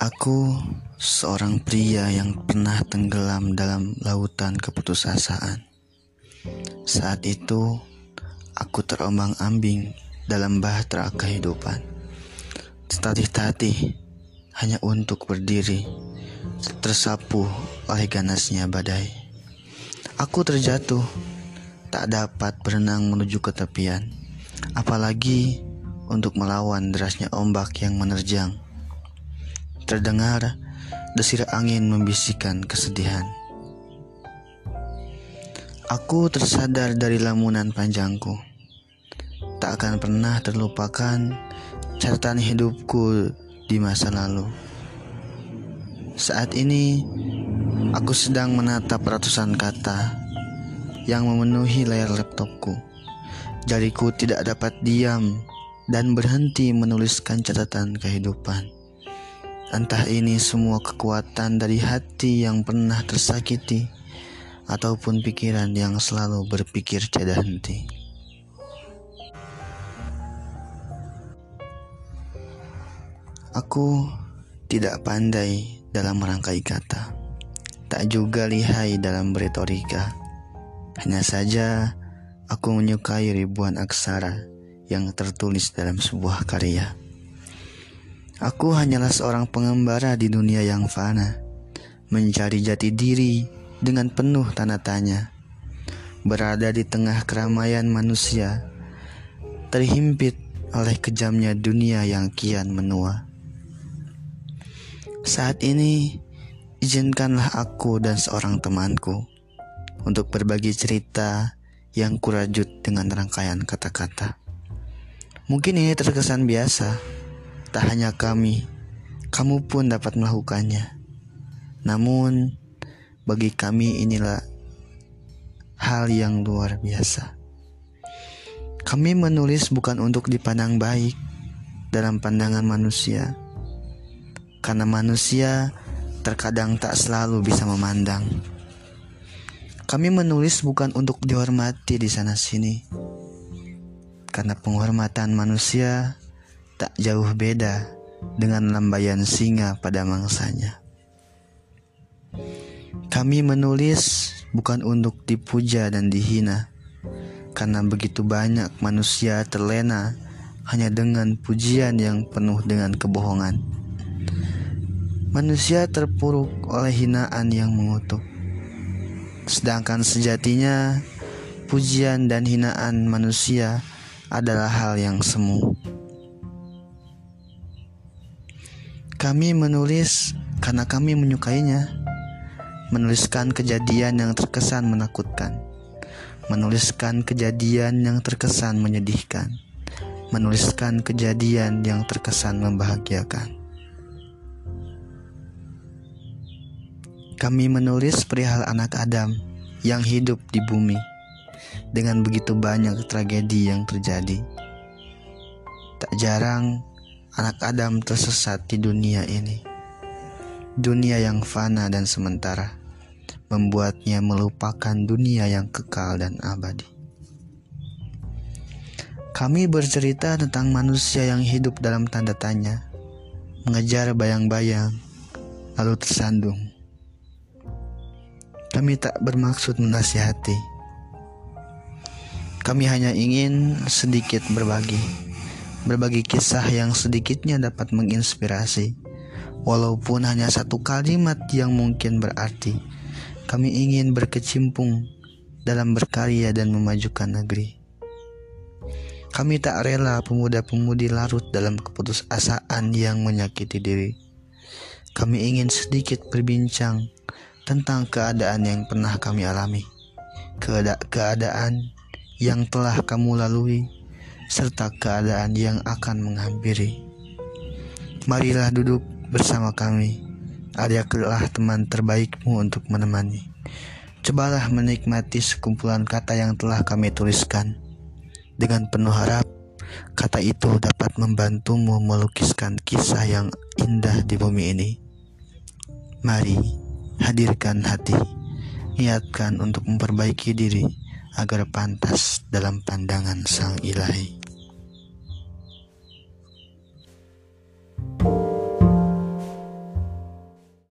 Aku seorang pria yang pernah tenggelam dalam lautan keputusasaan. Saat itu, aku terombang-ambing dalam bahtera kehidupan. Tertatih-tatih hanya untuk berdiri, tersapu oleh ganasnya badai. Aku terjatuh, tak dapat berenang menuju ke tepian, apalagi untuk melawan derasnya ombak yang menerjang. Terdengar desir angin membisikkan kesedihan. Aku tersadar dari lamunan panjangku. Tak akan pernah terlupakan catatan hidupku di masa lalu. Saat ini, aku sedang menatap ratusan kata yang memenuhi layar laptopku. Jariku tidak dapat diam dan berhenti menuliskan catatan kehidupan. Entah ini semua kekuatan dari hati yang pernah tersakiti, ataupun pikiran yang selalu berpikir tiada henti. Aku tidak pandai dalam merangkai kata, tak juga lihai dalam beretorika. Hanya saja aku menyukai ribuan aksara yang tertulis dalam sebuah karya. Aku hanyalah seorang pengembara di dunia yang fana, mencari jati diri dengan penuh tanda tanya. Berada di tengah keramaian manusia, terhimpit oleh kejamnya dunia yang kian menua. Saat ini, izinkanlah aku dan seorang temanku untuk berbagi cerita yang kurajut dengan rangkaian kata-kata. Mungkin ini terkesan biasa. Tak hanya kami, kamu pun dapat melakukannya. Namun, bagi kami inilah hal yang luar biasa. Kami menulis bukan untuk dipandang baik dalam pandangan manusia, karena manusia terkadang tak selalu bisa memandang. Kami menulis bukan untuk dihormati di sana-sini, karena penghormatan manusia tak jauh beda dengan lambaian singa pada mangsanya. Kami menulis bukan untuk dipuja dan dihina, karena begitu banyak manusia terlena hanya dengan pujian yang penuh dengan kebohongan. Manusia terpuruk oleh hinaan yang mengutuk, sedangkan sejatinya pujian dan hinaan manusia adalah hal yang semu. Kami menulis karena kami menyukainya. Menuliskan kejadian yang terkesan menakutkan, menuliskan kejadian yang terkesan menyedihkan, menuliskan kejadian yang terkesan membahagiakan. Kami menulis perihal anak Adam yang hidup di bumi dengan begitu banyak tragedi yang terjadi. Tak jarang anak Adam tersesat di dunia ini, dunia yang fana dan sementara, membuatnya melupakan dunia yang kekal dan abadi. Kami bercerita tentang manusia yang hidup dalam tanda tanya, mengejar bayang-bayang, lalu tersandung. Kami tak bermaksud menasihati. Kami hanya ingin sedikit berbagi kisah yang sedikitnya dapat menginspirasi. Walaupun hanya satu kalimat yang mungkin berarti, kami ingin berkecimpung dalam berkarya dan memajukan negeri. Kami tak rela pemuda-pemudi larut dalam keputusasaan yang menyakiti diri. Kami ingin sedikit berbincang tentang keadaan yang pernah kami alami, keadaan yang telah kamu lalui, serta keadaan yang akan menghampiri. Marilah duduk bersama kami. Adalah teman terbaikmu untuk menemani. Cobalah menikmati sekumpulan kata yang telah kami tuliskan. Dengan penuh harap, kata itu dapat membantumu melukiskan kisah yang indah di bumi ini. Mari, hadirkan hati, niatkan untuk memperbaiki diri agar pantas dalam pandangan Sang Ilahi.